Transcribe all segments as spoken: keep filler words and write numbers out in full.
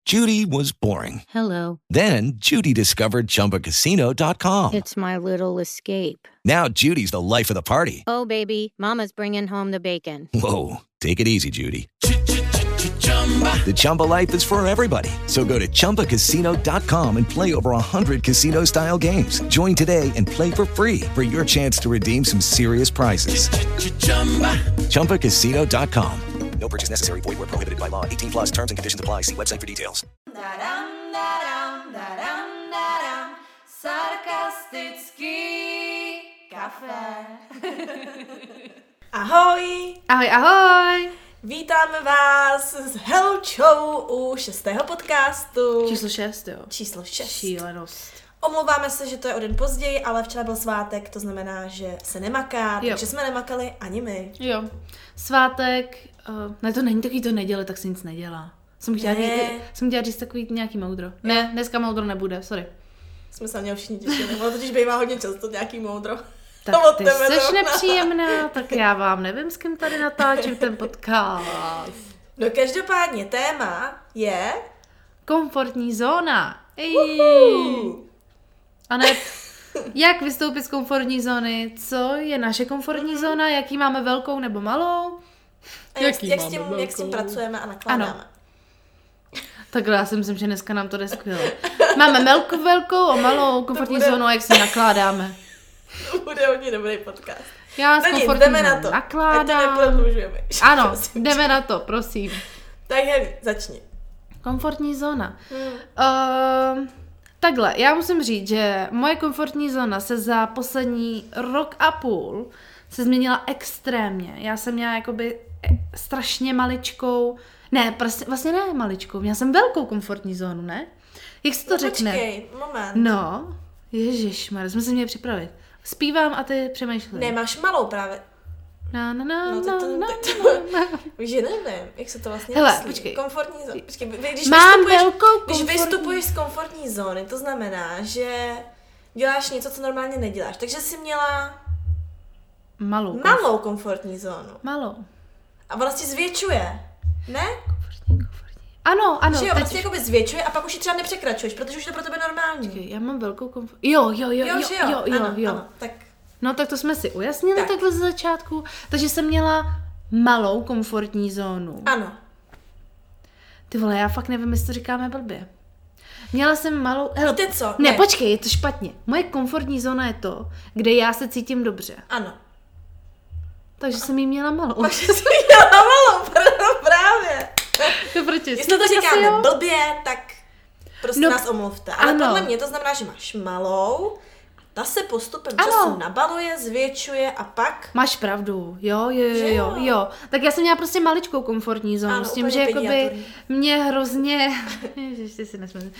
Judy was boring. Hello. Then Judy discovered Chumba Casino dot com. It's my little escape. Now Judy's the life of the party. Oh, baby, mama's bringing home the bacon. Whoa, take it easy, Judy. The Chumba life is for everybody. So go to Chumba Casino dot com and play over one hundred casino-style games. Join today and play for free for your chance to redeem some serious prizes. Chumba Casino dot com. No purchase necessary. Void where prohibited by law. eighteen plus terms and conditions apply. See website for details. Dadam, dadam, dadam, dadam, sarkastický kafe. Ahoj! Ahoj, ahoj! Vítáme vás s Helčou u šestého podcastu. Číslo šest, jo. Číslo šest. Šílenost. Omlouváme se, že to je o den později, ale včera byl svátek, to znamená, že se nemaká, Jo. takže jsme nemakali ani my. Jo. Svátek, uh, ne, to není takový to neděle, tak se nic nedělá. Jsem chtěla, Ne. říct, jsem chtěla říct takový nějaký moudro. Ne, dneska moudro nebude, sorry. Jsme se na něho všichni těšili, ono totiž bývá hodně často nějaký moudro. Tak Od ty tebe seš zrovna. nepříjemná, tak já vám nevím, s kým tady natáčím ten podcast. No každopádně téma je... Komfortní zóna. Ej. Uhu. A ne, jak vystoupit z komfortní zóny, co je naše komfortní zóna, jaký máme velkou nebo malou. A jak, Jaký jak, s máme tím, velkou? jak s tím pracujeme a nakládáme. Ano. Takhle já si myslím, že dneska nám to jde skvěle. Máme velkou, velkou a malou komfortní bude- zónu a jak si nakládáme. To bude hodně dobrý podcast. Já s No nic, komfortní jdeme na zónou to. Ať to nakládám. neprodlužujeme. Ano, Prosím jdeme tě. na to, prosím. Tak Hevi, začni. Komfortní zóna. Hmm. Uh, takhle, já musím říct, že moje komfortní zóna se za poslední rok a půl se změnila extrémně. Já jsem měla jakoby strašně maličkou, ne, prostě, vlastně ne maličkou, měla jsem velkou komfortní zónu, ne? Jak se to No řekne? počkej, moment. No, ježišmar, jsme se měli připravit. Zpívám a ty přemýšlej. Ne, máš malou právě. Na, na, na, No, na, to, to, na, to, na. to, víš, že nevím, jak se to vlastně Hele, myslí. počkej. Komfortní zóna. Počkej, vy- když Mám vystupuješ, velkou když komfortní- vystupuješ z komfortní zóny, to znamená, že děláš něco, co normálně neděláš. Takže jsi měla Malou. komf- malou komfortní zónu. Malou. A ona si zvětšuje. Ne? Komfortní, komfortní. Ano, ano. Že jo, teď prostě už- jakoby zvětšuje a pak už ji třeba nepřekračuješ, protože už je to pro tebe normální. Počkej, já mám velkou komfortní. Jo, jo, jo, jo, že jo, jo, jo, ano, jo. ano, tak No tak to jsme si ujasnili Tak. takhle ze začátku. Takže jsem měla malou komfortní zónu. ano. Ty vole, já fakt nevím, jestli to říkáme blbě. Měla jsem malou... Hele, Víte co? Ne, Ne. počkej, je to špatně. Moje komfortní zóna je to, kde já se cítím dobře. Ano. Takže jsem jí měla malou. Máš si měla malou, pardon, právě. To proti. Jestli to tak asi říkáme jo. blbě, tak prostě No, nás omluvte. Ale ano. podle mě to znamená, že máš malou, ta se postupem Ano. času nabaluje, zvětšuje a pak... Máš pravdu, jo, jo, jo, Že jo, jo? jo. Tak já jsem měla prostě maličkou komfortní zónu, Ano, s tím, úplně že jakoby pediatry. mě hrozně... Ježiš, ty si nesmím.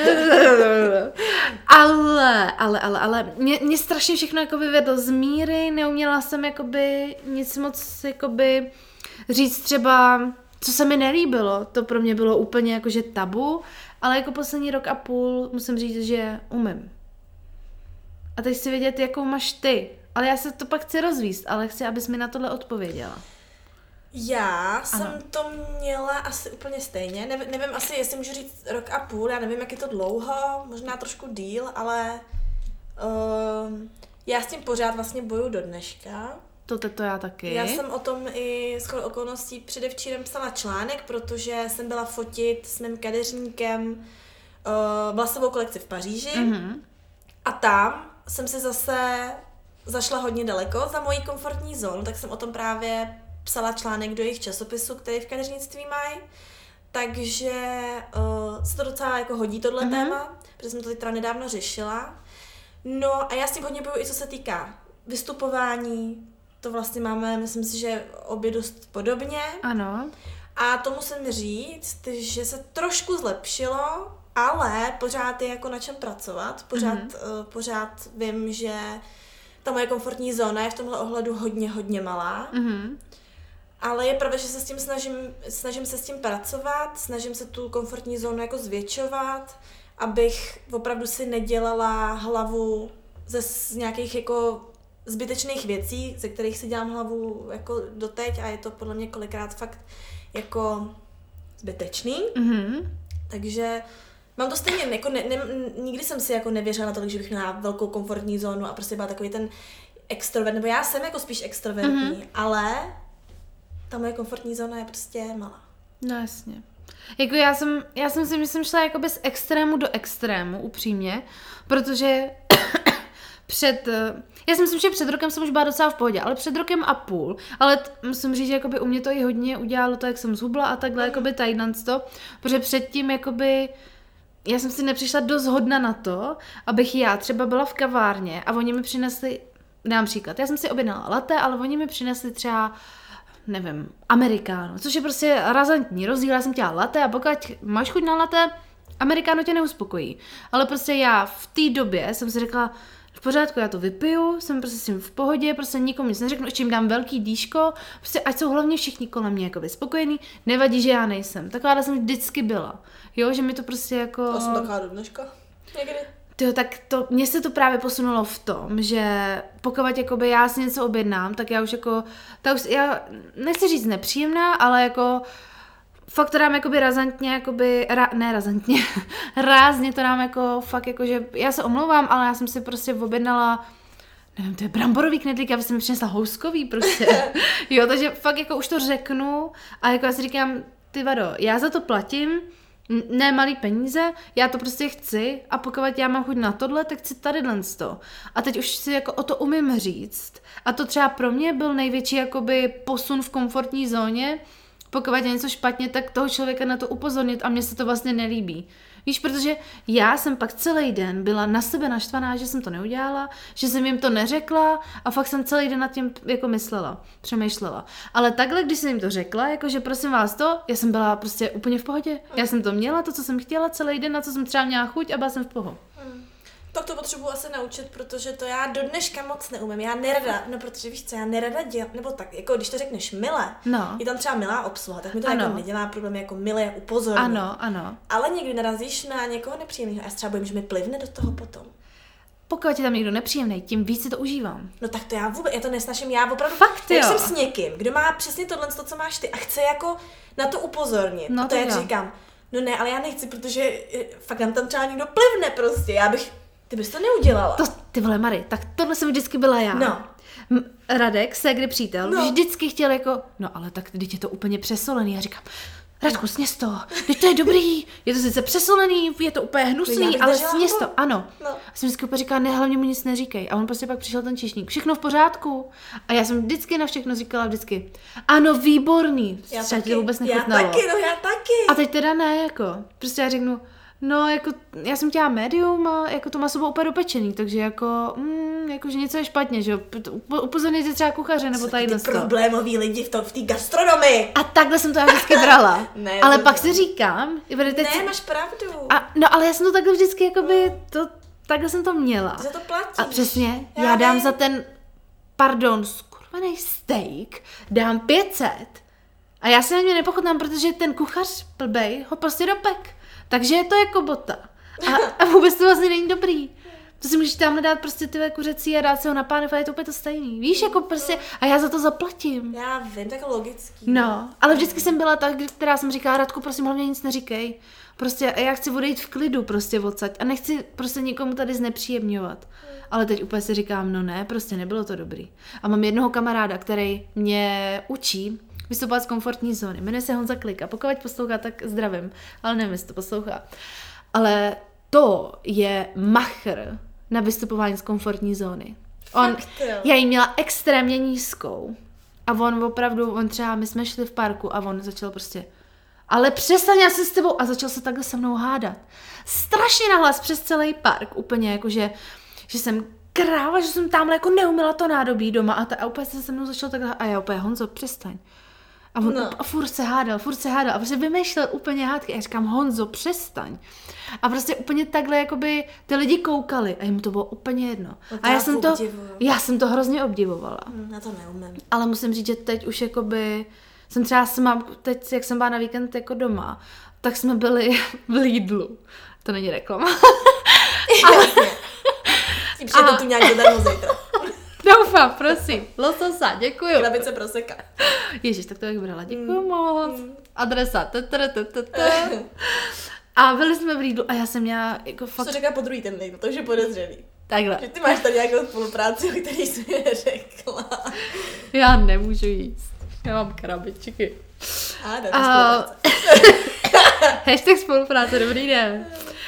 ale, ale, ale, ale, mě, mě strašně všechno jakoby vedlo z míry, neuměla jsem jakoby nic moc jakoby říct třeba, co se mi nelíbilo, to pro mě bylo úplně jakože tabu, ale jako poslední rok a půl musím říct, že umím. A teď chci vědět, jakou máš ty. Ale já se to pak chci rozvíst, ale chci, abys mi na tohle odpověděla. Já jsem Ano. to měla asi úplně stejně. Nevím, nevím asi, jestli můžu říct rok a půl, já nevím, jak je to dlouho, možná trošku díl, ale uh, já s tím pořád vlastně bojuju do dneška. To to já taky. Já jsem o tom i shodou okolností předevčírem psala článek, protože jsem byla fotit s mým kadeřníkem uh, vlasovou kolekci v Paříži Mhm. a tam jsem si zase zašla hodně daleko za mojí komfortní zónu, tak jsem o tom právě psala článek do jejich časopisu, který v kadeřnictví mají. Takže uh, se to docela jako hodí tohle Mhm. téma, protože jsem to teď teda nedávno řešila. No a já s tím hodně bojuji i co se týká vystupování, to vlastně máme, myslím si, že obě dost podobně. Ano. A to musím říct, že se trošku zlepšilo, ale pořád je jako na čem pracovat. Pořád, mm-hmm. uh, pořád vím, že ta moje komfortní zóna je v tomhle ohledu hodně, hodně malá. Mhm. Ale je pravda, že se s tím snažím, snažím se s tím pracovat, snažím se tu komfortní zónu jako zvětšovat, abych opravdu si nedělala hlavu ze z nějakých jako zbytečných věcí, ze kterých si dělám hlavu jako doteď a je to podle mě kolikrát fakt jako zbytečný. Mhm. Takže mám to stejně, jako ne, ne, nikdy jsem si jako nevěřila na to, že bych měla velkou komfortní zónu a prostě byla takový ten extrovert, nebo já jsem jako spíš extrovertní, mm-hmm. ale ta moje komfortní zóna je prostě malá. No jasně. Jako já jsem, já jsem si myslím šla jakoby z extrému do extrému, upřímně, protože před, já si myslím, že před rokem jsem už byla docela v pohodě, ale před rokem a půl, ale t- musím říct, že jakoby u mě to i hodně udělalo to, jak jsem zhubla a takhle, jakoby tadyto, protože předtím jakoby já jsem si nepřišla dost hodna na to, abych já třeba byla v kavárně a oni mi přinesli, dám příklad, já jsem si objednala latte, ale oni mi přinesli třeba, nevím, amerikáno, což je prostě razantní rozdíl, já jsem chtěla latte a pokud máš chuť na latte, amerikáno tě neuspokojí. Ale prostě já v té době jsem si řekla, v pořádku, já to vypiju, jsem prostě s tím v pohodě, prostě nikomu nic neřeknu, ještě jim dám velký dýško, prostě ať jsou hlavně všichni kolem mě jakoby spokojení, nevadí, že já nejsem. Taková jsem vždycky byla, jo, že mi to prostě jako... To jsem taková do dneška, někdy. Tyjo, tak to, mně se to právě posunulo v tom, že pokud jakoby já si něco objednám, tak já už jako, ta už, já nechci říct nepříjemná, ale jako fakt to dám jakoby razantně, jakoby, ra, ne razantně, rázně to dám jako fakt jako, že já se omlouvám, ale já jsem si prostě objednala, nevím, to je bramborový knedlík, já jsem mi přinesla houskový prostě, jo, takže fakt jako už to řeknu a jako já si říkám, ty vado, já za to platím, ne malý peníze, já to prostě chci a pokud já mám chuť na tohle, tak chci tadyhle to. A teď už si jako o to umím říct. A to třeba pro mě byl největší jakoby posun v komfortní zóně. Pokud je něco špatně, tak toho člověka na to upozornit a mně se to vlastně nelíbí. Víš, protože já jsem pak celý den byla na sebe naštvaná, že jsem to neudělala, že jsem jim to neřekla a fakt jsem celý den nad tím jako myslela, přemýšlela. Ale takhle, když jsem jim to řekla, jakože prosím vás to, já jsem byla prostě úplně v pohodě. Já jsem to měla, to, co jsem chtěla celý den, na co jsem třeba měla chuť a byla jsem v pohodě. Hmm. Tak to potřebuji asi naučit, protože to já do dneška moc neumím. Já nerada, no protože víš co, já nerada dělám, nebo tak, jako když to řekneš mile, no. Je tam třeba milá obsluha, tak mi to ano. jako nedělá problém, jako milé upozornit. Ano, ano. Ale někdy narazíš na někoho nepříjemného a já třeba bojím, že mi plivne do toho potom. Pokud je tam někdo nepříjemný, tím víc si to užívám. No tak to já vůbec, já to nesnažím, já opravdu, fakt, když jsem s někým, kdo má přesně tohle, to, co máš ty a chce jako na to upozornit. No a to jak jo. říkám, no ne, ale já nechci, protože fakt nám tam třeba někdo plivne prostě, já bych, ty bys to neudělala. To, ty vole Mary, tak tohle jsem vždycky byla já. No. M- Radek, ségry přítel, No. vždycky chtěl jako, no ale tak teď je to úplně přesolený. Já říkám, Radku, sněz to, teď to je dobrý, je to sice přesolený, je to úplně hnusný, ale sněz to, ano. No. A jsem vždycky úplně říkala, ne, hlavně mu nic neříkej. A on prostě pak přišel ten číšník, všechno v pořádku. A já jsem vždycky na všechno říkala vždycky, ano, výborný. Já Třeba taky, ti to vůbec já nechutnalo. taky, no já taky. A teď teda ne, jako, prostě já řeknu, no, jako, já jsem chtěla médium a jako to má sebou úplně dopečený, takže jako, mm, jako, že něco je špatně, že jo, upozorněte třeba kuchaře nebo tady ty to. problémový lidi v, to, v té gastronomii. A takhle jsem to já vždycky brala. Ne, ale to pak ne. si říkám, teď Ne, si, máš pravdu. a, no ale já jsem to takhle vždycky, jakoby, to, takhle jsem to měla. Za to platíš. A přesně, já, Já dám vím. za ten, pardon, skurvený steak, dám pět set a já se na mě nepochutnám, protože ten kuchař blbej ho prostě dopek. Takže je to jako bota. A, a vůbec to vlastně není dobrý. To si můžeš tamhle dát prostě ty kuřecí a dát se ho na pánev a je to úplně to stejný. Víš, jako prostě, a já za to zaplatím. Já vím, tak logický. No, ale vždycky jsem byla ta, která jsem říkala, Radku, prosím, hlavně nic neříkej. Prostě já chci odejít v klidu prostě odsaď a nechci prostě nikomu tady znepříjemňovat. Ale teď úplně si říkám, no ne, prostě nebylo to dobrý. A mám jednoho kamaráda, který mě učí vystupovat z komfortní zóny. Jmenuje se Honza Klik a pokud poslouchá, tak zdravím. Ale nevím, jestli to poslouchá. Ale to je machr na vystupování z komfortní zóny. On, Fakt, jo. já jí měla extrémně nízkou. A on opravdu, on třeba, my jsme šli v parku a on začal prostě, ale přestaň, já jsem s tebou, a začal se takhle se mnou hádat. Strašně nahlas přes celý park, úplně jakože, že jsem kráva, že jsem tamhle jako neuměla to nádobí doma a, ta, a úplně se se mnou začal takhle, a já úplně, Honzo, přestaň. A on No. a furt se hádal, furt se hádal a prostě vymýšlel úplně hádky. A já říkám, Honzo, přestaň. A prostě úplně takhle, jakoby ty lidi koukali a jim to bylo úplně jedno. No to a já já jsem to, obdivuju. já jsem to hrozně obdivovala. Hm, Já to neumím. Ale musím říct, že teď už jakoby, jsem třeba sama, teď, jak jsem byla na víkend jako doma, tak jsme byli v Lidlu. To není reklama. Ti přijde tu nějak zadarmo zítra. Doufám, prosím. Lososa, děkuju. Krabice proseka. Ježiš, tak to jak brala. Děkuju moc. Adresa. T, t, t, t, t. A byli jsme v Lidlu a já jsem měla jako fakt... Co říká po druhý ten Lidl, to už je podezřelý. Takhle. Že ty máš tady nějakou spolupráci, o který jsi mi řekla. Já nemůžu jíst. Já mám krabičky. A, ne, a... Hashtag spolupráce, dobrý den.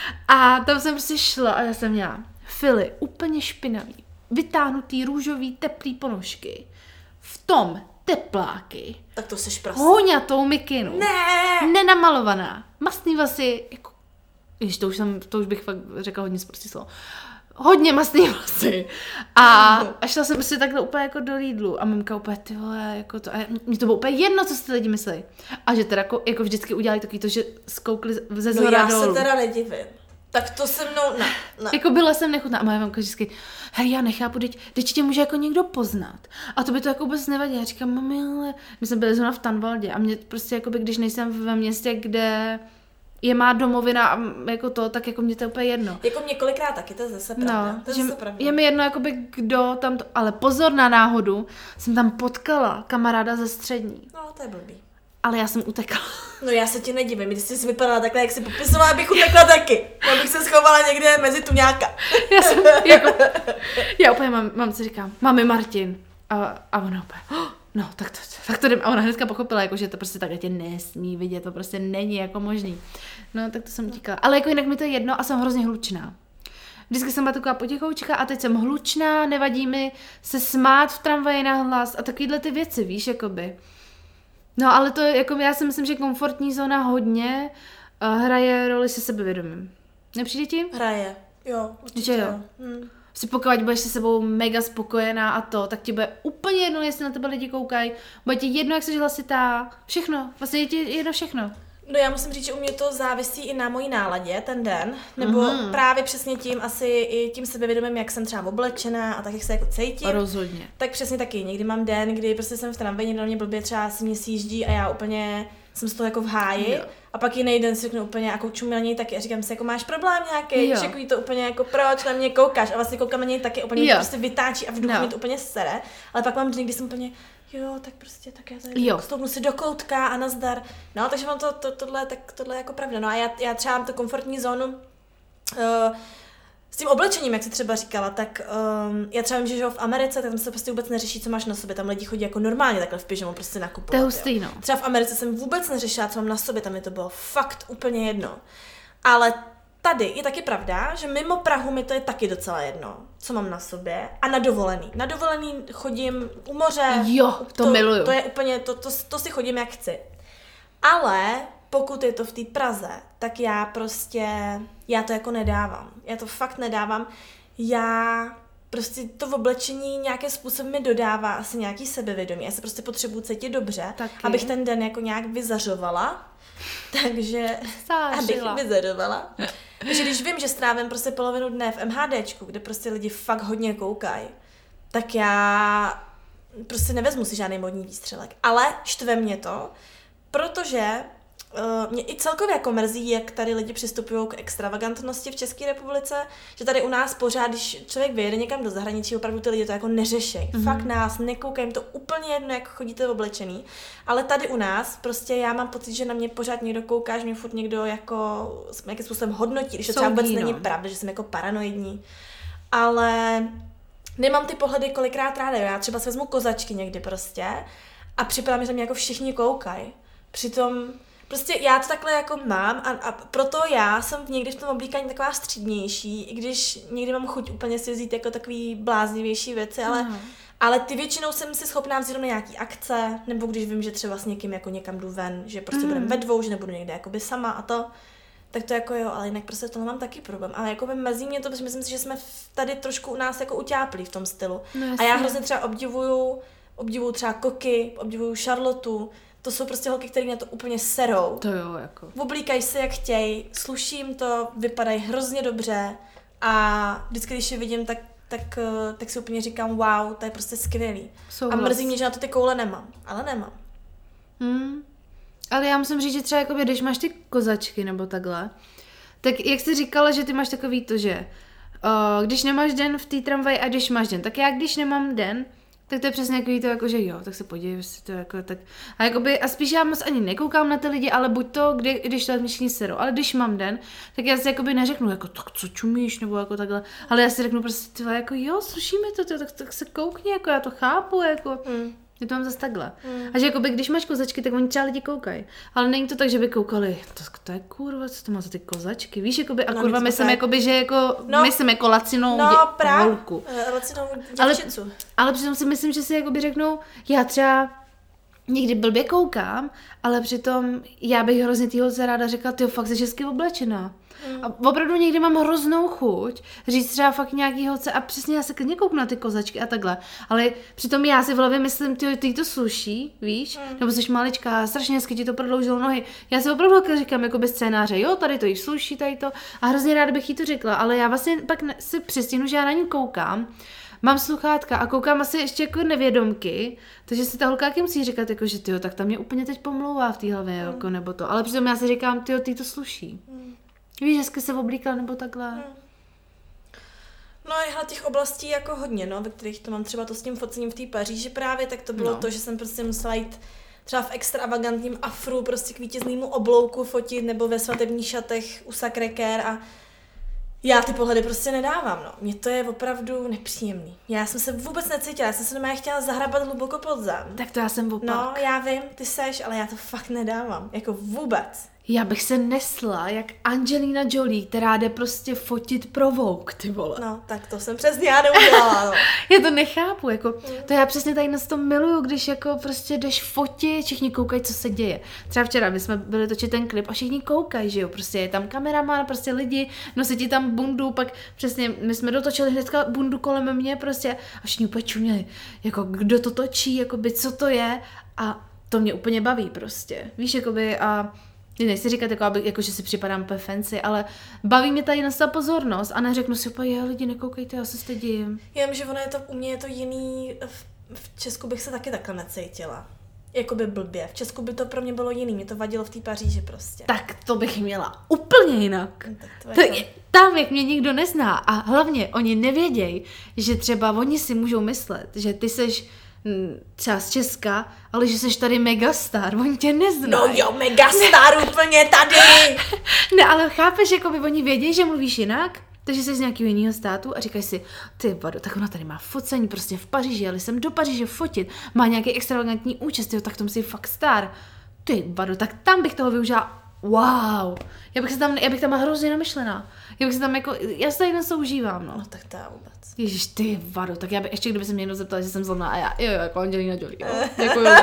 A tam jsem prostě šla a já jsem měla fily úplně špinavý, vytáhnutý růžový teplý ponožky, v tom tepláky, tak to seš prostě. hoňatou mikinu, ne, nenamalovaná, mastný vlasy, jako, jež to už jsem, to už bych fakt řekla hodně zprostý slovo, hodně mastný vlasy. A, a šla jsem prostě takhle úplně jako do Lidlu a mamka úplně, ty vole, jako to, a mě to bylo úplně jedno, co si ty lidi mysleli. A že teda jako, jako vždycky udělali takový to, že zkoukli ze zhora no, já dolů. se teda nedivím. Tak to se mnou, ne, ne. Jako byla jsem nechutná a moje mamka vždycky, hej, já nechápu, teď, teď tě může jako někdo poznat. A to by to jako vůbec nevadí. Já říkám, mami, ale my jsme byli zrovna v Tanvaldě a mě prostě jako by, když nejsem ve městě, kde je má domovina a jako to, tak jako mě to je úplně jedno. Jako mě kolikrát taky, to je zase pravda. No, to je zase pravda. Je mi jedno, jakoby kdo tam to, ale pozor na náhodu, jsem tam potkala kamaráda ze střední. No, to je blbý. Ale já jsem utekla. No já se ti nedivím, když jsi vypadala takhle, jak jsi popisovala, abych utekla taky. Já bych se schovala někde mezi tuňáka. Já jsem, jako, já úplně mám, mám si říkám, mami Martin. A, a ona úplně, oh, no, tak to, tak to jdem. A ona hnedka pochopila, jako, že to prostě takhle tě nesmí vidět, to prostě není jako možný. No, tak to jsem utíkala. Ale jako jinak mi to je jedno a jsem hrozně hlučná. Vždycky jsem byla taková potichoučka a teď jsem hlučná, nevadí mi se smát v tramvaji na hlas a takovýhle ty věci, víš, jakoby. No, ale to, jako já si myslím, že komfortní zóna hodně uh, hraje roli se sebevědomím. Nepřijde ti? Hraje, jo, určitě. Že jo? Hmm. Si pokud budeš se sebou mega spokojená a to, tak ti bude úplně jedno, jestli na tebe lidi koukají, bude ti jedno, jak jsi hlasitá, všechno, vlastně je ti jedno všechno. No já musím říct, že u mě to závisí i na mojí náladě ten den, nebo Mhm. právě přesně tím asi i tím sebevědomím, jak jsem třeba oblečená a tak, jak se jako cítím. Rozhodně. Tak přesně taky. Někdy mám den, kdy prostě jsem v tramvaji, někdo na mě blbě třeba si mě sjíždí a já úplně jsem z toho jako v háji. Jo. A pak jiný den si řeknu úplně jako čumí na něj taky a říkám si, jako máš problém nějaký, Jo. šekují to úplně jako proč na mě koukáš a vlastně koukám na něj taky, úplně mě Jo. to prostě vytáčí a v duchu No. mě to úplně sere. Ale pak mám dny, kdy jsem úplně, jo, tak prostě tak já tady Jo. stoupnu si do koutka a nazdar. No, takže mám to, to tohle, tak tohle je jako pravda. No a já, já třeba mám tu komfortní zónu uh, s tím oblečením, jak jsi třeba říkala, tak um, já třeba vím, že, že v Americe, tak tam se prostě vůbec neřeší, co máš na sobě. Tam lidi chodí jako normálně takhle v pyžamu prostě nakupovat. To je jo. hustý, no. Třeba v Americe jsem vůbec neřešila, co mám na sobě, tam mi to bylo fakt úplně jedno. Ale tady je taky pravda, že mimo Prahu mi to je taky docela jedno, co mám na sobě. A na dovolený. Na dovolený chodím u moře. Jo, to miluju. To je úplně, to, to, to si chodím jak chci. Ale pokud je to v té Praze, tak já prostě, já to jako nedávám. Já to fakt nedávám. Já prostě to v oblečení nějakým způsobem mi dodává asi nějaký sebevědomí. Já se prostě potřebuji cítit dobře, Taky. abych ten den jako nějak vyzařovala. Takže, abych Zářila. vyzařovala. Takže když vím, že strávím prostě polovinu dne v MHDčku, kde prostě lidi fakt hodně koukají, tak já prostě nevezmu si žádný modní výstřelek. Ale štve mě to, protože uh, mě i celkově jako mrzí, jak tady lidi přistupují k extravagantnosti v České republice, že tady u nás pořád, když člověk vyjede někam do zahraničí, opravdu ty lidi to jako neřeší. Mm-hmm. Fakt nás nekoukají, jim to úplně jedno, jak chodíte oblečený. Ale tady u nás prostě já mám pocit, že na mě pořád někdo kouká, že mě furt někdo jako nějakým způsobem hodnotí, když to třeba vůbec Soudí, není no. pravda, že jsem jako paranoidní. Ale nemám ty pohledy kolikrát ráda. Já třeba si vezmu kozačky někdy prostě a připadá mi, že mě jako všichni koukají. Přitom prostě já to takhle jako mám a, a proto já jsem někdy v tom oblíkání taková střídnější, i když někdy mám chuť úplně si vzít jako takový bláznivější věci, ale, Aha. ale ty většinou jsem si schopná vzít na nějaký akce, nebo když vím, že třeba s někým jako někam jdu ven, že prostě Mhm. budeme ve dvou, že nebudu někde jakoby sama a to, tak to jako jo, ale jinak prostě to mám taky problém. Ale jako by mrzí mě to, protože myslím si, že jsme tady trošku u nás jako utáplí v tom stylu. No a jasně. já hrozně třeba obdivuju, obdivuju třeba Koky, obdivuju Charlotu, to jsou prostě holky, které na to úplně serou. To jo, jako. Oblíkají se jak chtějí, sluší jim to, vypadají hrozně dobře a vždycky, když je vidím, tak, tak, eh, tak si úplně říkám, wow, to je prostě skvělý. Souhlas. A mrzí mě, že na to ty koule nemám, ale nemám. Hmm. Ale já musím říct, že třeba jakoby, když máš ty kozačky nebo takhle, tak jak jsi říkala, že ty máš takový to, že uh, když nemáš den v té tramvaji a když máš den, tak já když nemám den, tak to je přesně jako to, jako, že jo, tak se podívej, jestli to jako tak. A, jakoby, a spíš já moc ani nekoukám na ty lidi, ale buď to, kdy, když to všichni serou, ale když mám den, tak já si jakoby neřeknu, jako tak co čumíš, nebo jako takhle, ale já si řeknu prostě, tyhle, jako jo, sluší mi to, tyhle, tak, tak se koukni, jako já to chápu, jako. Mm. Je to mám zase takhle. Mm. A že jakoby, když máš kozačky, tak oni třeba lidi koukají. Ale není to tak, že by koukali, to, to je kurva, co to má za ty kozačky, víš, jakoby, a no, kurva myslím, jakoby, že jako, no, myslím jako lacinou no, dě, právě, holku. lacinou děvčicu. Ale, ale přitom si myslím, že si jakoby řeknou, já třeba někdy blbě koukám, ale přitom já bych hrozně tý holce ráda řekla, ty fakt jsi hezky oblečená. Mm. A opravdu někdy mám hroznou chuť říct třeba fakt nějaký holce a přesně já se klidně kouknu na ty kozačky a takhle, ale přitom já si v hlavě myslím, ty, ty to sluší, víš, mm. nebo jsi maličká, strašně hezky ti to prodloužilo nohy. Já si opravdu říkám jako bez scénáře, jo, tady to jí sluší, tady to a hrozně ráda bych jí to řekla, ale já vlastně pak si přistihnu, že já na ní koukám, mám sluchátka a koukám asi ještě jako nevědomky, takže si ta holka taky musí říkat, jako, že tyjo, tak tam mě úplně teď pomlouvá v té hlavě, mm. jako, nebo to, ale přitom já si říkám, tyjo, ty to sluší. Mm. Víš, hezky se oblíkla, nebo takhle. Hmm. No a těch oblastí jako hodně, no, ve kterých to mám třeba to s tím focením v té Paříži právě, tak to bylo no. to, že jsem prostě musela jít třeba v extravagantním afru, prostě k vítěznému oblouku fotit, nebo ve svatebních šatech u Sacré-Cœur a já ty pohledy prostě nedávám, no. Mně to je opravdu nepříjemný. Já jsem se vůbec necítila, já jsem se doma chtěla zahrabat hluboko pod zem. Tak to já jsem opak. No, já vím, ty seš, ale já to fakt nedávám, jako vůbec. Já bych se nesla jak Angelina Jolie, která jde prostě fotit pro Vogue, ty vole. No, tak to jsem přesně já neudělala, no. Já to nechápu, jako, mm. to já přesně tady nás to miluju, když jako prostě jdeš fotit, všichni koukají, co se děje. Třeba včera my jsme byli točit ten klip a všichni koukají, že jo, prostě je tam kameraman, prostě lidi, nosí ti tam bundu, pak přesně my jsme dotočili hnedka bundu kolem mě prostě a všichni úplně čuměli, jako kdo to točí, jakoby co to je a to mě úplně baví prostě, víš, jakoby a nechci říkat, jako, aby, jako, že si připadám úplně fancy, ale baví mě tady ta pozornost a neřeknu si úplně, je, lidi, nekoukejte, já se stydím. Já vím, že ono je to, u mě je to jiný, v, v Česku bych se taky takhle necítila. Jakoby blbě. V Česku by to pro mě bylo jiný, mě to vadilo v té Paříži prostě. Tak to bych měla úplně jinak. No, tak to je to... Tam, jak mě nikdo nezná a hlavně oni nevědějí, že třeba oni si můžou myslet, že ty seš třeba z Česka, ale že seš tady megastar, oni tě neznají. No jo, megastar ne. Úplně tady. Ne, ale chápeš, jako by oni vědějí, že mluvíš jinak, takže jsi z nějakého jiného státu a říkáš si, ty vado, tak ona tady má focení prostě v Paříži, jeli jsem do Paříže fotit, má nějaký extravagantní účast, jo, tak to musí fakt star. Ty vado, tak tam bych toho využila. Wow, já bych se tam, já bych tam hrozně namyšlená. Já bych se tam jako, já se tady dnes užívám, no. No tak to já vůbec. Ježiš, ty vado, tak já bych ještě, kdyby se mě někdo zeptal, že jsem zlomná a já, jo, jo, jako Angelina Jolie, jo, jako jo.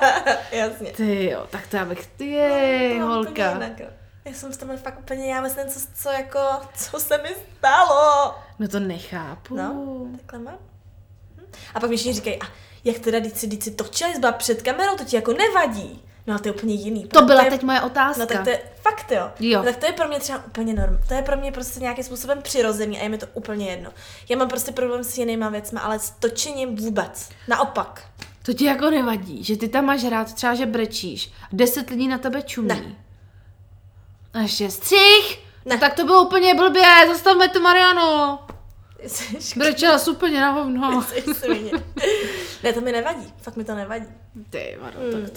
Jasně. Ty jo, tak to já bych, ty jej, no, holka. Jinak, já jsem s tom fakt úplně, já myslím, co, co jako, co se mi stalo. No to nechápu. No, takhle mám. Hm. A pak mi všichni říkají, a jak teda, když si, když si točili zba před kamerou, to ti jako nevadí. No a to je úplně jiný. To byla to je, teď moje otázka. No tak to je fakt, jo. jo. No, tak to je pro mě třeba úplně norm. To je pro mě prostě nějakým způsobem přirozený a je mi to úplně jedno. Já mám prostě problém s jinýma věcma, ale s točením vůbec. Naopak. To ti jako nevadí, že ty tam máš hrát třeba, že brečíš. Deset lidí na tebe čumí. Ne. A ještě střih. Ne. No, tak to bylo úplně blbě, zastavme to, Mariano. Brečela jsi úplně na hovno. Ne, to mi nevadí. Fakt mi to nevadí. Ty, Maro, mm. tak to.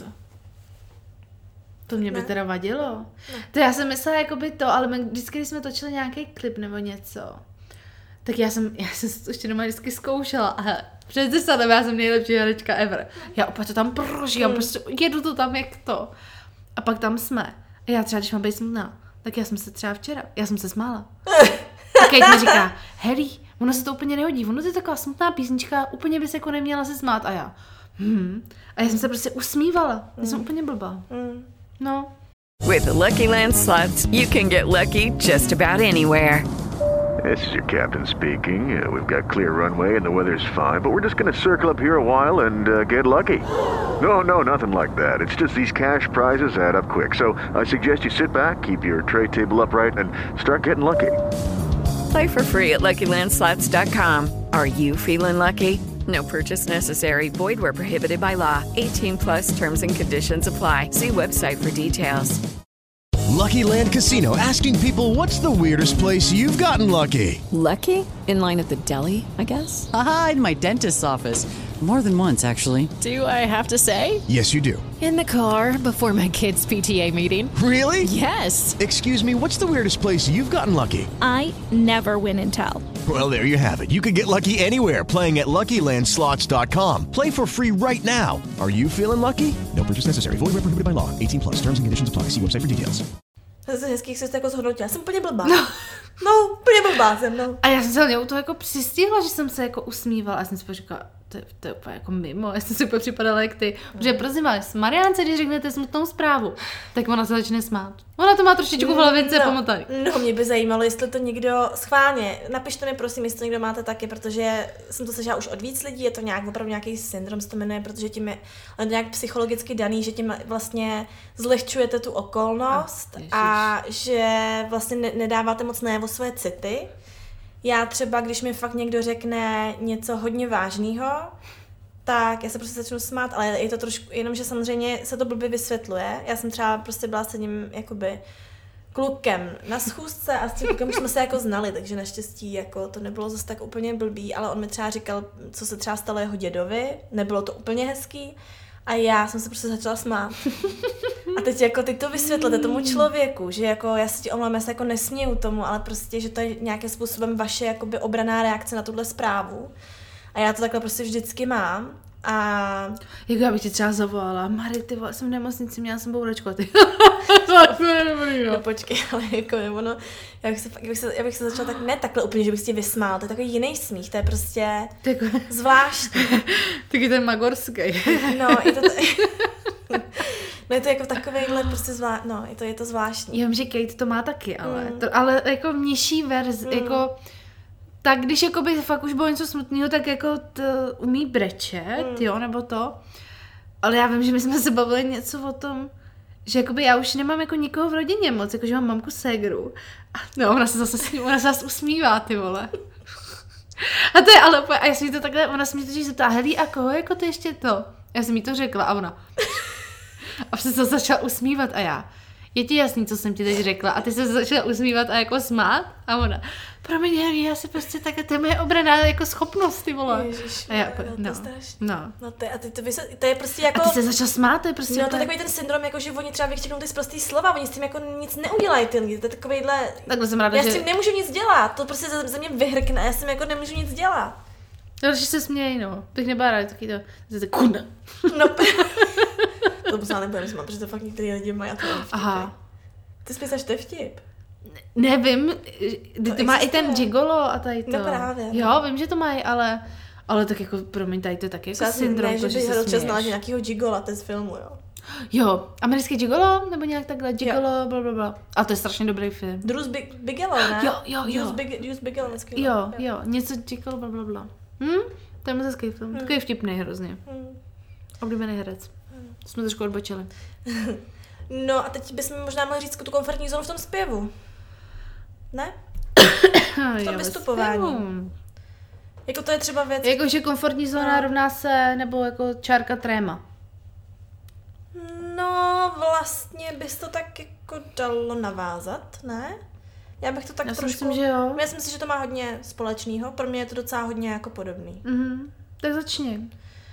To mě by ne. teda vadilo. Ne. To já jsem myslela jakoby to, ale my, vždycky, když jsme točili nějaký klip nebo něco, tak já jsem, já jsem to ještě doma vždycky zkoušela a před desátem já jsem nejlepší herečka ever. Já opět to tam prožívám, mm. prostě jedu to tam jak to. A pak tam jsme. A já třeba, když mám být smutná, tak já jsem se třeba včera, já jsem se smála. A Kate mi říká, Harry, ono se to úplně nehodí, ono to je taková smutná písnička, úplně bys jako neměla se smát. A já, hm. A já jsem se prostě usmívala, já jsem mm. úplně blbá. Mm. No. With the Lucky Land Slots, you can get lucky just about anywhere. This is your captain speaking. Uh, we've got clear runway and the weather's fine, but we're just going to circle up here a while and uh, get lucky. No, no, nothing like that. It's just these cash prizes add up quick. So I suggest you sit back, keep your tray table upright, and start getting lucky. Play for free at Lucky Land Slots dot com. Are you feeling lucky? No purchase necessary. Void where prohibited by law. eighteen plus terms and conditions apply. See website for details. Lucky Land Casino, asking people, what's the weirdest place you've gotten lucky? Lucky? In line at the deli, I guess? Aha, in my dentist's office. More than once, actually. Do I have to say? Yes, you do. In the car before my kids' P T A meeting. Really? Yes. Excuse me, what's the weirdest place you've gotten lucky? I never win and tell. Well, there you have it. You can get lucky anywhere, playing at Lucky Land Slots dot com. Play for free right now. Are you feeling lucky? No purchase necessary. Void where prohibited by law. eighteen plus. Terms and conditions apply. See website for details. Zase hezký, jak jsi to jako zhodnotila. Jsem úplně blbá. No, no úplně blbá jsem, no. A já jsem se hodně u toho jako přistihla, že jsem se jako usmívala a jsem si říkala, to, to je úplně jako mimo, já jsem si úplně připadala jak ty. Protože prosím vás, Mariánce, když řeknete smutnou zprávu, tak ona se začne smát. Ona to má trošičku v hlavice no, pomotaný. No, mě by zajímalo, jestli to někdo schválně, napište mi prosím, jestli to někdo máte taky, protože jsem to slyšela už od víc lidí, je to nějak opravdu nějaký syndrom, se to jmenuje, protože tím je nějak psychologicky daný, že tím vlastně zlehčujete tu okolnost a, a že vlastně ne, nedáváte moc najevo své city. Já třeba, když mi fakt někdo řekne něco hodně vážného, tak já se prostě začnu smát, ale je to trošku, jenom že samozřejmě se to blbě vysvětluje. Já jsem třeba prostě byla s jedním jakoby klukem na schůzce a s tím klukem jsme se jako znali, takže naštěstí jako to nebylo zase tak úplně blbý, ale on mi třeba říkal, co se třeba stalo jeho dědovi, nebylo to úplně hezký a já jsem se prostě začala smát. A teď jako ty to vysvětlete tomu člověku, že jako já se ti omlouvám, já se jako nesměju tomu, ale prostě, že to je nějakým způsobem vaše jakoby obranná reakce na tuhle zprávu. A já to takhle prostě vždycky mám. A... Jako já bych ti třeba zavolala, Mary, ty vole, jsem v nemocnici, měla jsem bouračku a ty. No počkej, ale jako nebo no, já bych, se, já, bych se, já bych se začala tak, ne takhle úplně, že bych si tě vysmál, to je takový jiný smích, to je prostě Tyko. zvláštní. Taky ten magorský. No, je to... T... No je to jako takovejhle prostě zvlá... no, je to, je to zvláštní. Já vím, že Kate to má taky, ale, mm. to, ale jako nižší verz, mm. jako tak když jakoby fakt už bylo něco smutného, tak jako to umí brečet, mm. jo, nebo to. Ale já vím, že my jsme se bavili něco o tom, že jakoby já už nemám jako nikoho v rodině moc, jakože mám mamku ségru. A no, ona se zase sní, ona se zase usmívá, ty vole. A to je ale úplně, a já jsem jí to takhle, ona se mě totiž zeptá, Helí, a koho jako to ještě to? Já jsem jí to řekla a ona. A se začala usmívat a já. Je ti jasný, co jsem ti teď řekla? A ty se začala usmívat a jako smát a ona. Promiň, já si prostě takhle, to je moje obraná jako schopnost, ty vole. Ježiš, a já, no, no, to je strašný. No. No to je, a ty to, vysvět, to je prostě jako... A ty se začala smát, to je prostě... No to je takový ten syndrom, jako že oni třeba vychtěknou ty sprostý slova, oni s tím jako nic neudělají ty lidi, to je takovejhle... Takhle jsem ráda, já že... s tím nemůžu nic dělat, to prostě ze, ze mě vyhrkne, já s tím jako nemůžu nic dělat. No, že se smějí, no. Bych nebyla ráda, taky to... To je kunda. No, to pořád nebudem smát, protože to fakt některý lidi mají a to vtipy. Aha. Ty jsi myslíš, že to je vtip? Nevím, to, to má i ten gigolo a tady to. No právě. Jo, vím, že to mají, ale, ale tak jako, promiň, tady to je taky jako já syndrom, ne, to, že, že se směješ. Znala, že nějakýho gigola, ten z filmu, jo. Jo, americký gigolo, nebo nějak takhle, gigolo, blablabla. A to je strašně dobrý film. Bruce Big, Bigelow, ne? Jo, jo, jo. Bruce, Big, Bruce Bigelow, neskvělý. Jo, jo, něco gigolo, blablabla. Hm? To je moc hezký film, hmm. takový vtipný hrozně. Hmm. Oblíbený herec. Hmm. Jsme trošku odbočili. No a teď bychom možná mohli říct tu komfortní zónu v tom zpěvu. Ne? V tom vystupování. Jako to je třeba věc... Jako, že komfortní zóna no. rovná se, nebo jako čárka tréma. No, vlastně bys to tak jako dalo navázat, ne? Já bych to tak Já trošku... myslím, že jo. Já si myslím, že to má hodně společného. Pro mě je to docela hodně jako podobný. Mhm. Tak začni.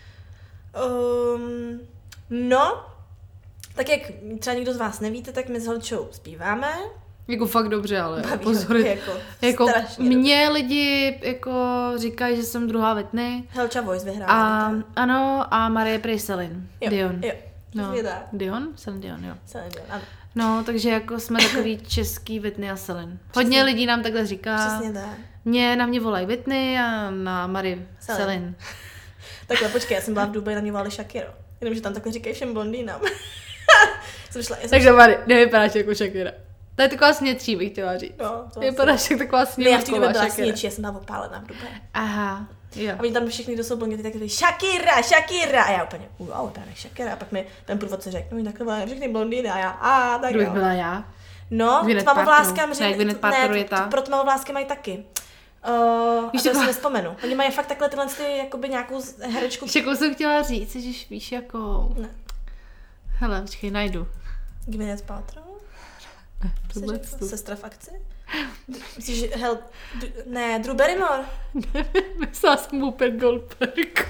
Um, no, tak jak třeba někdo z vás nevíte, tak my s Helčou zpíváme. Jako fakt dobře, ale Baví, pozor. Jako, jako mě lidi jako říkají, že jsem druhá Whitney. Helča Voice vyhrála. A, ano, a Marie prej Celine Dion. Jo, no. Dion? Celine Dion, jo. Celine Dion, ano. No, takže jako jsme takový český Whitney a Celine. Hodně Přesně. lidí nám takhle říká. Přesně tak. Mě, na mě volají Whitney a na Marie Celine. Celine. Takhle, počkej, já jsem byla v Dubaji, na mě volali Shakira. Jenomže tam takhle říkají všem blondýnám. jsem šla, jsem takže Marie, nevypadáš jako Shakira. To je taková snědčí, bych chtěla říct. No, to vypadáš jako taková snědčí. Ne, já v té době byla snědčí, já jsem byla opálená v Dubaji. Aha, jo. A oni tam všichni, kdo jsou blondý, tak říkají Shakira, Shakira. A já úplně, wow, to je Shakira. A pak mi ten průvodce řekl, no takhle byla všechny blondýny. A já, a tak jo. byla já? No, tmavovláskám říkají, ne, pro tmavovlásky mají taky. Uh, víš, a to si nespomenu. Oni mají fakt takhle tyhle ty, jakoby nějakou herečku. Víš, jakou jsem chtěla říct, že víš jakou. Ne. Hele, počkej, najdu. Gwyneth Paltrow? Ne, tohle Sestra v akci? Myslíš, že, hel, d- ne, Drew Barrymore. Myslela jsem Whoopi Goldberg.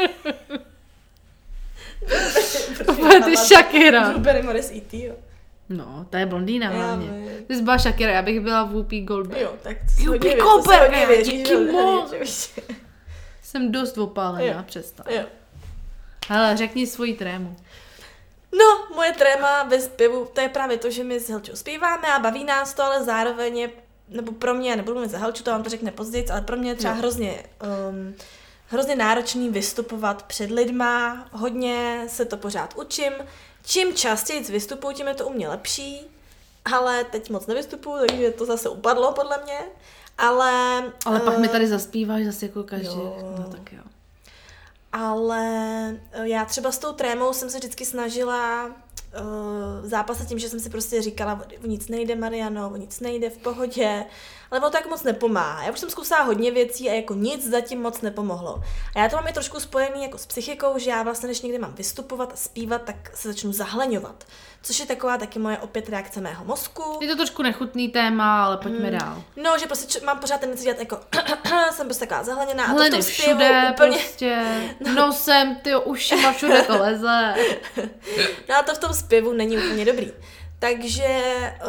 Ty Shakira. Drew Barrymore z E T, jo. No, ta je blondýna hlavně. Já, Ty jsi byla Shakira, já bych byla Whoopi Goldberg. Jo, tak Whoopi Goldberg, díky moc. Jsem dost opálená, přestaň. Jo. Hele, řekni svoji trému. No, moje tréma ve zpěvu, to je právě to, že my s Helčou zpíváme a baví nás to, ale zároveň je, nebo pro mě, nebudu mluvit za Helču, to vám to řekne později, ale pro mě je třeba no. hrozně, um, hrozně náročný vystupovat před lidma, hodně se to pořád učím, čím častěji vystupuju, tím je to u mě lepší, ale teď moc nevystupuju, takže to zase upadlo podle mě, ale... Ale pak uh, mi tady zaspíváš zase jako každý, jo. no tak jo. Ale já třeba s tou trémou jsem se vždycky snažila uh, zápasit tím, že jsem si prostě říkala, o nic nejde, Mariano, o nic nejde, v pohodě, ale ono tak moc nepomáhá. Já už jsem zkusila hodně věcí a jako nic zatím moc nepomohlo. A já to mám je trošku spojený jako s psychikou, že já vlastně, než někdy mám vystupovat a zpívat, tak se začnu zahleňovat. Což je taková taky moje opět reakce mého mozku. Je to trošku nechutný téma, ale pojďme mm. dál. No, že prostě č- mám pořád tendenci dělat jako jsem prostě taková zahleněná a to v tom zpěvu všude úplně... prostě, nosem, tyjo, ušima, všude to leze. No a to v tom zpěvu není úplně dobrý. Takže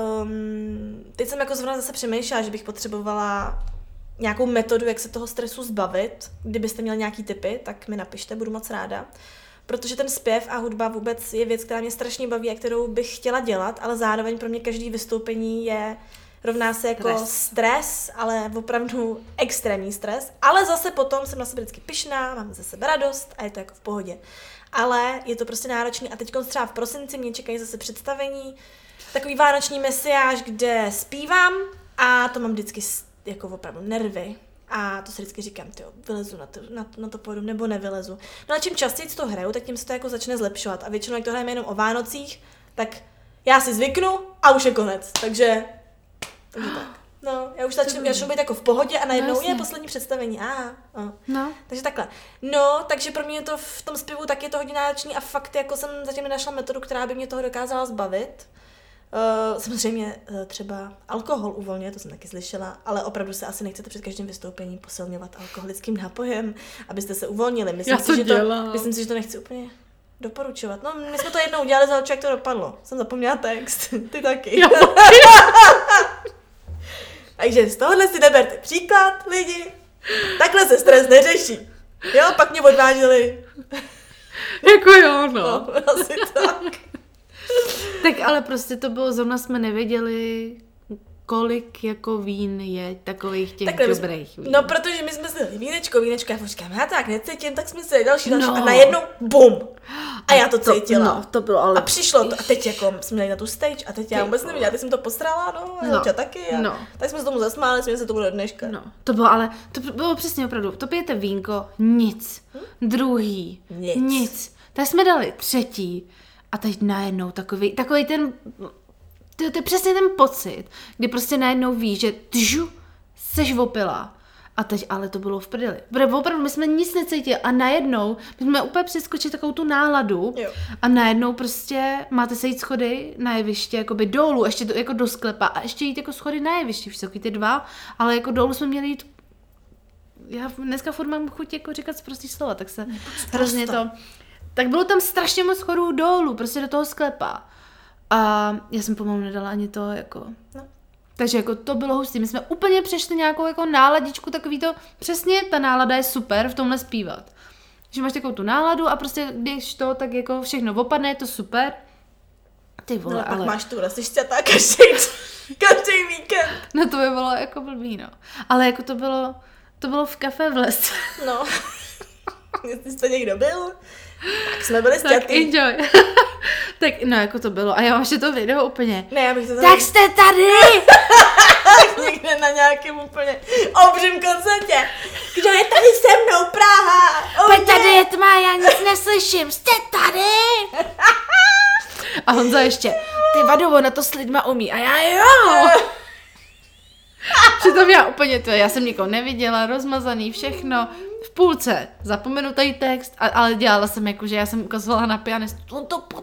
um, teď jsem jako zrovna zase přemýšlela, že bych potřebovala nějakou metodu, jak se toho stresu zbavit. Kdybyste měli nějaký tipy, tak mi napište, budu moc ráda. Protože ten zpěv a hudba vůbec je věc, která mě strašně baví a kterou bych chtěla dělat, ale zároveň pro mě každý vystoupení je rovná se jako stres, stres ale opravdu extrémní stres. Ale zase potom jsem na sebe vždycky pyšná, mám ze sebe radost a je to jako v pohodě. Ale je to prostě náročný a teď třeba v prosinci mě čekají zase představení, takový vánoční mesiáž, kde zpívám a to mám vždycky jako opravdu nervy. A to si vždycky říkám, tyjo, vylezu na to, na, na to pódium nebo nevylezu. No a čím častěji to hraju, tak tím se to jako začne zlepšovat. A většinou, jak to hrajeme jenom o Vánocích, tak já si zvyknu a už je konec. Takže, takže tak. No, já už začnu, já začnu být jako v pohodě a najednou no, je poslední představení. Ah, ah. No. Takže takhle. No, takže pro mě je to v tom zpěvu tak je to hodně náročný a fakt jako jsem zatím nenašla metodu, která by mě toho dokázala zbavit. Uh, samozřejmě uh, třeba alkohol uvolňuje, to jsem taky slyšela, ale opravdu se asi nechcete před každým vystoupením posilňovat alkoholickým nápojem, abyste se uvolnili. Myslím, Já si, že to, dělám. myslím si, že to nechci úplně doporučovat. No, my jsme to jednou udělali, za jak to dopadlo. Jsem zapomněla text, ty taky. Takže z tohohle si neberte příklad, lidi. Takhle se stres neřeší. Jo, pak mě odváželi. Jako jo, no. No, asi tak. Tak ale prostě to bylo, zrovna jsme nevěděli, kolik jako vín je takových těch Takhle dobrých jsme, vín. No, protože my jsme si dali vínečko, vínečko, já říkám, já tak necítím, tak jsme si dali další, další No. a najednou bum. A já to cítila. No, to bylo ale... A přišlo to a teď jako jsme měli na tu stage a teď já vůbec nevěděla, teď jsem to postrala, no, a No. no. taky. A No. Tak jsme se tomu zasmáli, jsme se tomu do dneška. No, to bylo ale, to bylo přesně opravdu, to pijete vínko, nic, hm? druhý, Nic. nic. Tak jsme dali třetí a teď najednou takový, takový ten, to, to je přesně ten pocit, kdy prostě najednou víš, že tžu, seš opila. A teď ale to bylo v prdeli. Protože opravdu my jsme nic necítili a najednou my jsme úplně přeskočili takovou tu náladu Jo. a najednou prostě máte se jít schody na jeviště, jakoby dolů, ještě do, jako do sklepa a ještě jít jako schody na jeviště, už takový ty dva, ale jako dolů jsme měli jít. Já dneska furt mám chuť jako říkat prostý slova, tak se hrozně to... Tak bylo tam strašně moc schodů dolů, prostě do toho sklepa. A já jsem pomalu nedala ani to jako... No. Takže jako to bylo hustý. My jsme úplně přešli nějakou jako náladičku, takový to... Přesně ta nálada je super v tomhle zpívat. Že máš takovou tu náladu a prostě když to, tak jako všechno opadne, je to super. Ty vole, No, pak ale... máš tu rasišťata každý, každý víkend. No to by bylo jako blbý, no. Ale jako to bylo... To bylo v kafe v lese. No. Jestli jste někdo byl, tak jsme byli Tak stětý. enjoy. Tak no, jako to bylo. A já mám ještě to video úplně. Ne, já bych to tady... Tak jste tady! Někde na nějakém úplně obřím koncertě. Kdo je tady se mnou, Praha? Pojď tady, je tma, já nic neslyším. Jste tady! A Honza ještě, ty vado, ona to s lidma umí. A já jo! Přitom já úplně to, já jsem nikoho neviděla, rozmazaný, všechno. V půlce zapomenutý text, a, ale dělala jsem jako, že já jsem ukazovala na pianistu, on to pokazil,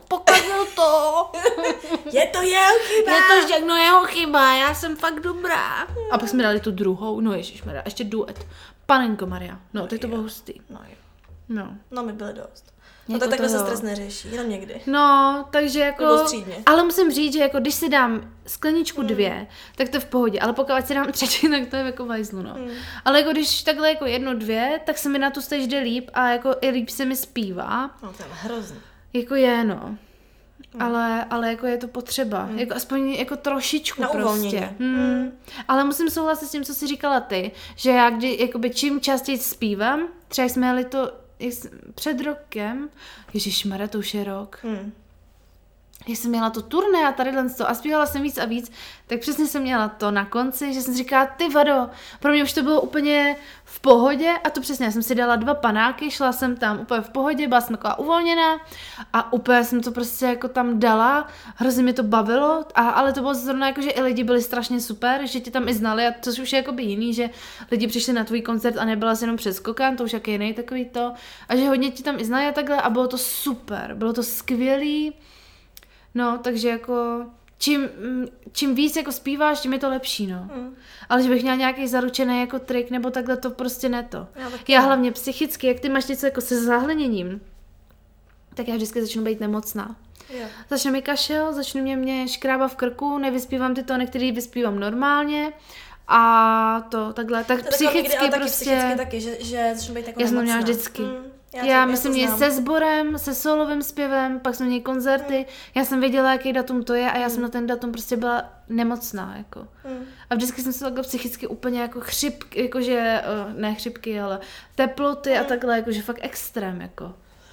nebyl to. Je to jeho chyba. Je to všechno jeho chyba, já jsem fakt dobrá. A pak jsme dali tu druhou, no ježišmarja, ještě duet. Panenko Maria, no teď to bylo hustý. No jo. No. No mi byly dost. No Jako tak takhle se toho. stres neřeší, jenom někdy. No, takže jako... Nebo střídně. Ale musím říct, že jako když si dám skleničku mm. dvě, tak to je v pohodě, ale pokud si dám třetí, tak to je jako vajzlu, no. Mm. Ale jako když takhle jako jedno, dvě, tak se mi na tu stage jde líp a jako i líp se mi zpívá. No to je hrozný. Jako je, no. Mm. Ale, ale jako je to potřeba. Mm. Jako aspoň jako trošičku na prostě. Mm. Mm. Ale musím souhlasit s tím, co jsi říkala ty, že já kdy, jakoby čím častěji zpívám, třeba jsme jeli to před rokem, ježišmarja, to už je rok, Hmm. když jsem měla to turné a tady to a zpívala jsem víc a víc, tak přesně jsem měla to na konci, že jsem si říkala, ty vado, pro mě už to bylo úplně v pohodě a to přesně, já jsem si dala dva panáky, šla jsem tam úplně v pohodě, byla jsem taková uvolněná a úplně jsem to prostě jako tam dala, hrozně mi to bavilo, a, ale to bylo zrovna jako, že i lidi byli strašně super, že tě tam i znali a to už je jakoby jiný, že lidi přišli na tvůj koncert a nebyla jsi jenom přeskokan, to už jak jiný takový to a že hodně ti tam i znali a takhle a bylo to super, bylo to skvělý. No, takže jako čím, čím víc jako zpíváš, tím je to lepší, no. Mm. Ale že bych měla nějaký zaručený jako trik nebo takhle, to prostě ne to. Já, já hlavně psychicky, jak ty máš něco jako se zahleněním, tak já vždycky začnu být nemocná. Jo. Začne mi kašel, začne mě, mě škrábat v krku, nevyspívám ty tóny, který vyspívám normálně a to takhle, tak to psychicky někdy, ale prostě. Taky psychicky taky, že, že začnu být jako já nemocná. jsem měla vždycky. Mm. Já, já to, myslím, já že se sborem, se solovým zpěvem, pak jsme měli koncerty, mm. já jsem věděla, jaký datum to je a já mm. jsem na ten datum prostě byla nemocná, jako. Mm. A vždycky jsem se takhle psychicky úplně jako chřipky, jakože, ne chřipky, ale teploty mm. a takhle, jakože fakt extrém, jako.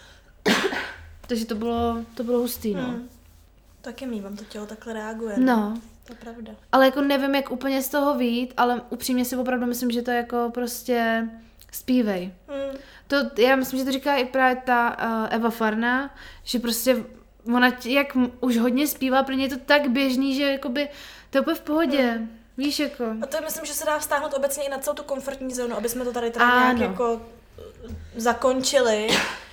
Takže to bylo, to bylo hustý, no. Mm. Taky mývám, to tělo takhle reaguje. No. To je pravda. Ale jako nevím, jak úplně z toho vyjít, ale upřímně si opravdu myslím, že to je jako prostě zpívej. Mm. To, já myslím, že to říká i právě ta uh, Eva Farná, že prostě ona, jak už hodně zpívá, pro ně je to tak běžný, že jakoby to je úplně v pohodě. Mm. Víš, jako. A to myslím, že se dá vztáhnout obecně i na celou tu komfortní zónu, aby jsme to tady teda nějak jako zakončili.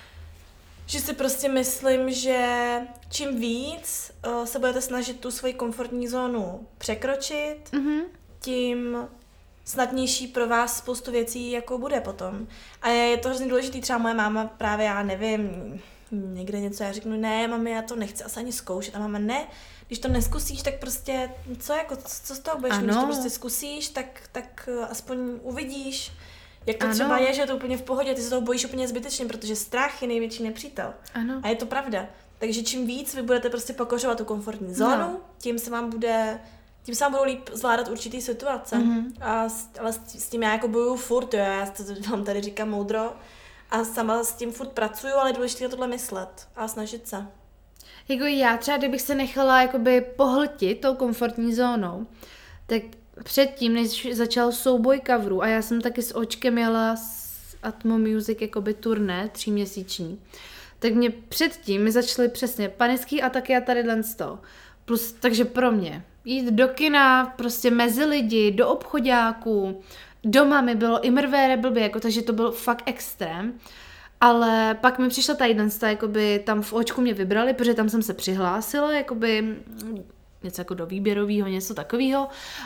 Že si prostě myslím, že čím víc uh, se budete snažit tu svoji komfortní zónu překročit, mm-hmm. tím snadnější pro vás spoustu věcí jako bude potom. A je to hrozně důležitý, třeba moje máma právě, já nevím, někde něco, já řeknu, ne, mami, já to nechci asi ani zkoušet. A máma, ne, když to neskusíš, tak prostě, co jako, co z toho budeš, když to prostě zkusíš, tak, tak aspoň uvidíš, jak to ano. třeba je, že je to úplně v pohodě, ty se toho bojíš úplně zbytečně, protože strach je největší nepřítel. Ano. A je to pravda. Takže čím víc vy budete prostě pokořovat tu komfortní zónu, no. tím se vám bude, tím se vám budou líp zvládat určitý situace. Mm-hmm. A s, ale s, s tím já jako bojuju furt, jo, já to vám tady říkám moudro a sama s tím furt pracuju, ale je důležité tohle myslet a snažit se. Jako já třeba, kdybych se nechala jakoby pohltit tou komfortní zónou, tak předtím, než začal souboj coverů, a já jsem taky s Očkem jela s Atmo Music jakoby turné tříměsíční, tak mě předtím mi začaly přesně panický ataky a tady len z toho. Plus, takže pro mě jít do kina, prostě mezi lidi, do obchodáků, doma mi bylo i mrvé blbě, jako, takže to byl fakt extrém. Ale pak mi přišla ta jeden sta, jakoby tam v Očku mě vybrali, protože tam jsem se přihlásila, jakoby něco jako do výběrového, něco takového.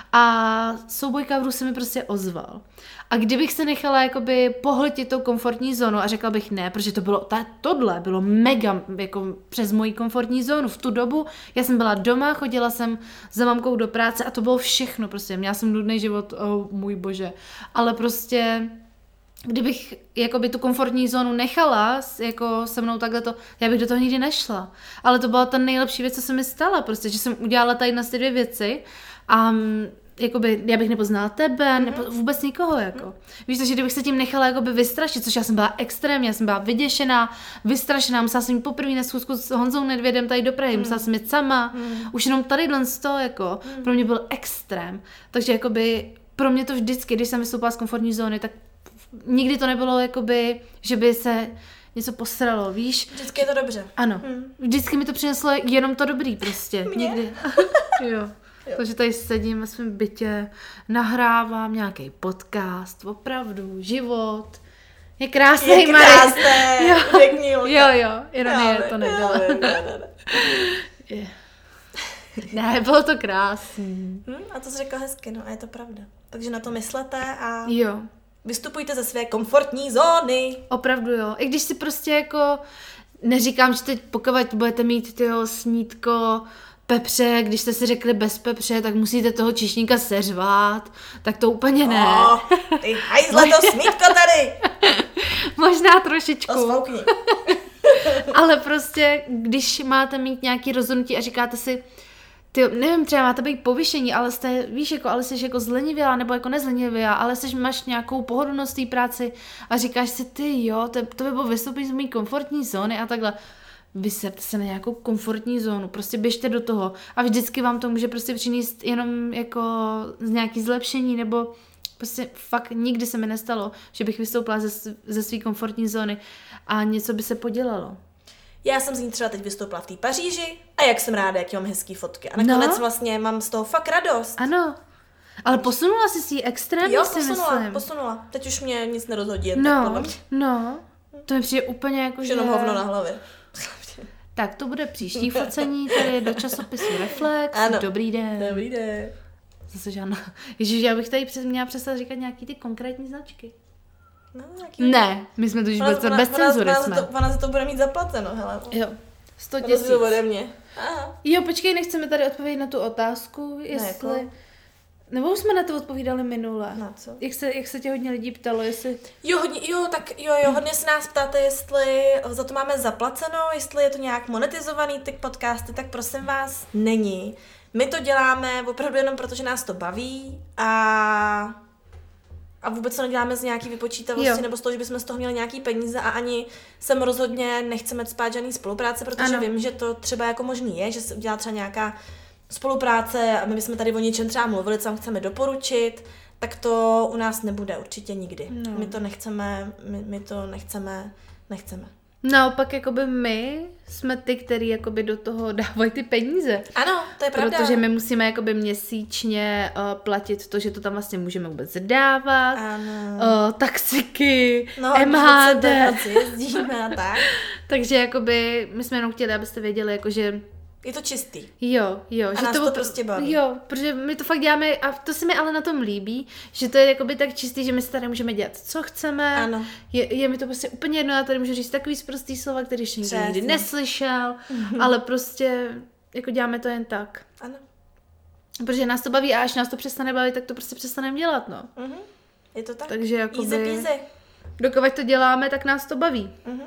A souboj coverů se mi prostě ozval. A kdybych se nechala jakoby pohltit tou komfortní zónu a řekla bych ne, protože to bylo, ta, tohle bylo mega jako přes moji komfortní zónu v tu dobu. Já jsem byla doma, chodila jsem za mamkou do práce a to bylo všechno prostě. Měla jsem nudný život, oh můj bože. Ale prostě kdybych jakoby tu komfortní zónu nechala jako se mnou takhle to, já bych do toho nikdy nešla. Ale to byla ta nejlepší věc, co se mi stala, prostě, že jsem udělala tady na ty dvě věci a jakoby, já bych nepoznala tebe, mm-hmm. nepo, vůbec nikoho, jako. Mm-hmm. Víš, že kdybych se tím nechala jakoby vystrašit, což já jsem byla extrémně, já jsem byla vyděšená, vystrašená, musela jsem jít poprvé na schůzku s Honzou Nedvědem tady do Prahy, mm-hmm. musela jsem jít sama, mm-hmm. už jenom tady dlen z toho, jako, mm-hmm. pro mě byl extrém. Takže jakoby, pro mě to vždycky, když jsem vystoupila z komfortní zóny, tak nikdy to nebylo, jakoby, že by se něco posralo, víš? Vždycky je to dobře. Ano. Hmm. Vždycky mi to přineslo jenom to dobrý prostě. Mně? Nikdy. jo. jo. Takže tady sedím ve svém bytě, nahrávám nějaký podcast, opravdu, život. Je krásný, Je Mary. krásné, Jo, řekni, Julka. jo, jo, ironie Já to vím, nebyla. já vím, ne, ne, ne. Je. Ne, bylo to krásný. Hm, a to jsi řekla hezky, no a je to pravda. Takže na to myslete a Jo. vystupujte ze své komfortní zóny. Opravdu jo. I když si prostě jako, neříkám, že teď pokud budete mít tyho snítko pepře, když jste si řekli bez pepře, tak musíte toho čišníka seřvat, tak to úplně ne. Oh, ty hajzle, to snítko tady. Možná trošičku. To svoukni. Ale prostě, když máte mít nějaký rozhodnutí a říkáte si, ty, nevím, třeba máte být povyšení, ale jste, víš, jako, ale jsi jako zlenivělá, nebo jako nezlenivělá, ale jsi, máš nějakou pohodlnost té práci a říkáš si, ty jo, to, to by bylo vystoupit z mý komfortní zóny a takhle. Vyserte se na nějakou komfortní zónu, prostě běžte do toho a vždycky vám to může prostě přinést jenom jako nějaký zlepšení, nebo prostě fakt nikdy se mi nestalo, že bych vystoupila ze, ze své komfortní zóny a něco by se podělalo. Já jsem z ní třeba teď vystoupila v té Paříži a jak jsem ráda, jak mám hezký fotky. A nakonec No. vlastně mám z toho fakt radost. Ano, ale posunula jsi si ji extrémně, Jo, si posunula, myslím. posunula. Teď už mě nic nerozhodí. jen tak No, podle mě. no, to mi přijde úplně jako, že... Jenom hovno na hlavě. Tak to bude příští focení, tady do časopisu Reflex. Ano. Dobrý den. Dobrý den. Zase žádná... Ježiš, já bych tady přes, měla přestat říkat nějaký ty konkrétní značky. No, nějaký... Ne, my jsme tu už bez, bez cenzury ona, jsme. Ona, ona za to bude mít zaplaceno, hele. Jo, sto Ona tisíc. si to ode mě. Aha. Jo, počkej, nechceme tady odpovědět na tu otázku, jestli... jako? Nebo už jsme na to odpovídali minule. Na co? Jak se, jak se tě hodně lidí ptalo, jestli... Jo, hodně, jo, tak jo, jo, hodně se nás ptáte, jestli za to máme zaplaceno, jestli je to nějak monetizovaný, ty podcasty, tak prosím vás, není. My to děláme opravdu jenom proto, že nás to baví a, a vůbec to neděláme z nějaký vypočítavosti Jo. nebo z toho, že bychom z toho měli nějaký peníze a ani sem rozhodně nechceme spát žádný spolupráce, protože Ano. vím, že to třeba jako možný je, že se udělá třeba nějaká spolupráce a my bychom tady o něčem třeba mluvili, co vám chceme doporučit, tak to u nás nebude určitě nikdy. No. My to nechceme, my, my to nechceme, nechceme. Naopak, jakoby my jsme ty, který jakoby do toho dávají ty peníze. Ano, to je pravda. Protože my musíme jakoby měsíčně uh, platit to, že to tam vlastně můžeme vůbec dávat. Ano. Uh, taxiky, No, M H D. když jezdíme a tak. Takže jakoby my jsme jenom chtěli, abyste věděli, jako že Je to čistý. jo, jo. A že nás to opr- prostě baví. Jo, protože my to fakt děláme a to se mi ale na tom líbí, že to je jakoby tak čistý, že my si tady můžeme dělat, co chceme. Ano. Je, je mi to prostě úplně jedno, já tady můžu říct takový sprostý slova, který ještě nikdy Přesně. nikdy neslyšel, ale prostě jako děláme to jen tak. Ano. Protože nás to baví a až nás to přestane bavit, tak to prostě přestaneme dělat, no. Mhm. Je to tak. Takže jakoby, Easy peasy. dokud to děláme, tak nás to baví. Mhm.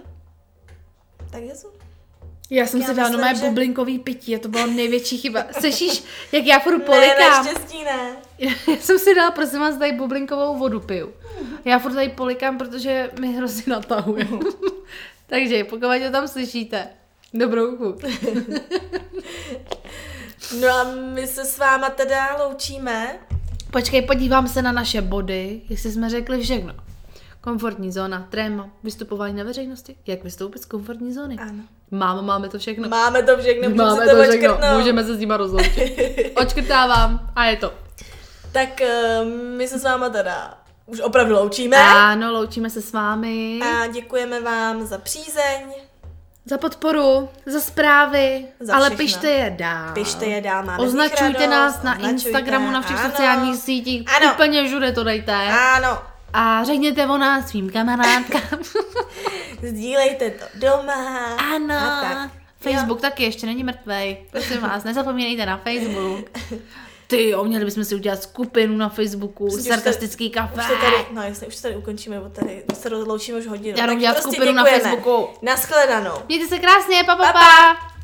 Tak je to. Já jsem Já si dala myslím, mé že- bublinkový pití a to byla největší chyba. Slyšíš, jak já furt Ne, polikám? naštěstí ne. Já jsem si dala, prosím vás, tady bublinkovou vodu piju. Já furt tady polikám, protože mi hrozně natahuje. Takže pokud to tam slyšíte, dobrou chuť. No a my se s váma teda loučíme. Počkej, podívám se na naše body, jestli jsme řekli všechno. Komfortní zóna, tréma, vystupování na veřejnosti, jak vystoupit z komfortní zóny. Ano. Mámo, máme to všechno. Máme to všechno, můžeme Máme si to to všechno, očkrtnout. můžeme se s nima rozloučit. Očkrtávám a je to. Tak eh, my se s váma teda už opravdu loučíme. Ano, loučíme se s vámi. A děkujeme vám za přízeň. Za podporu, za zprávy, Za ale všechno. pište je dál. Pište je dál, máme z nich Označujte radost, nás na označujte, Instagramu, na všech ano. sociálních sítích, Ano. úplně všude to dejte. Ano. A řekněte o nás svým kamarádkám. Sdílejte to doma. Ano. A tak. Facebook taky ještě není mrtvej. Prosím vás, nezapomínejte na Facebook. Ty jo, měli bychom si udělat skupinu na Facebooku, Už to- sarkastický kafe. Už to tady, no jasně, už to tady ukončíme, bo tady už se rozloučíme už hodinu. Já jdu Tak dělat prostě skupinu na děkujeme. Facebooku. Naschledanou. Mějte se krásně, pa pa, Pa, pa. pa.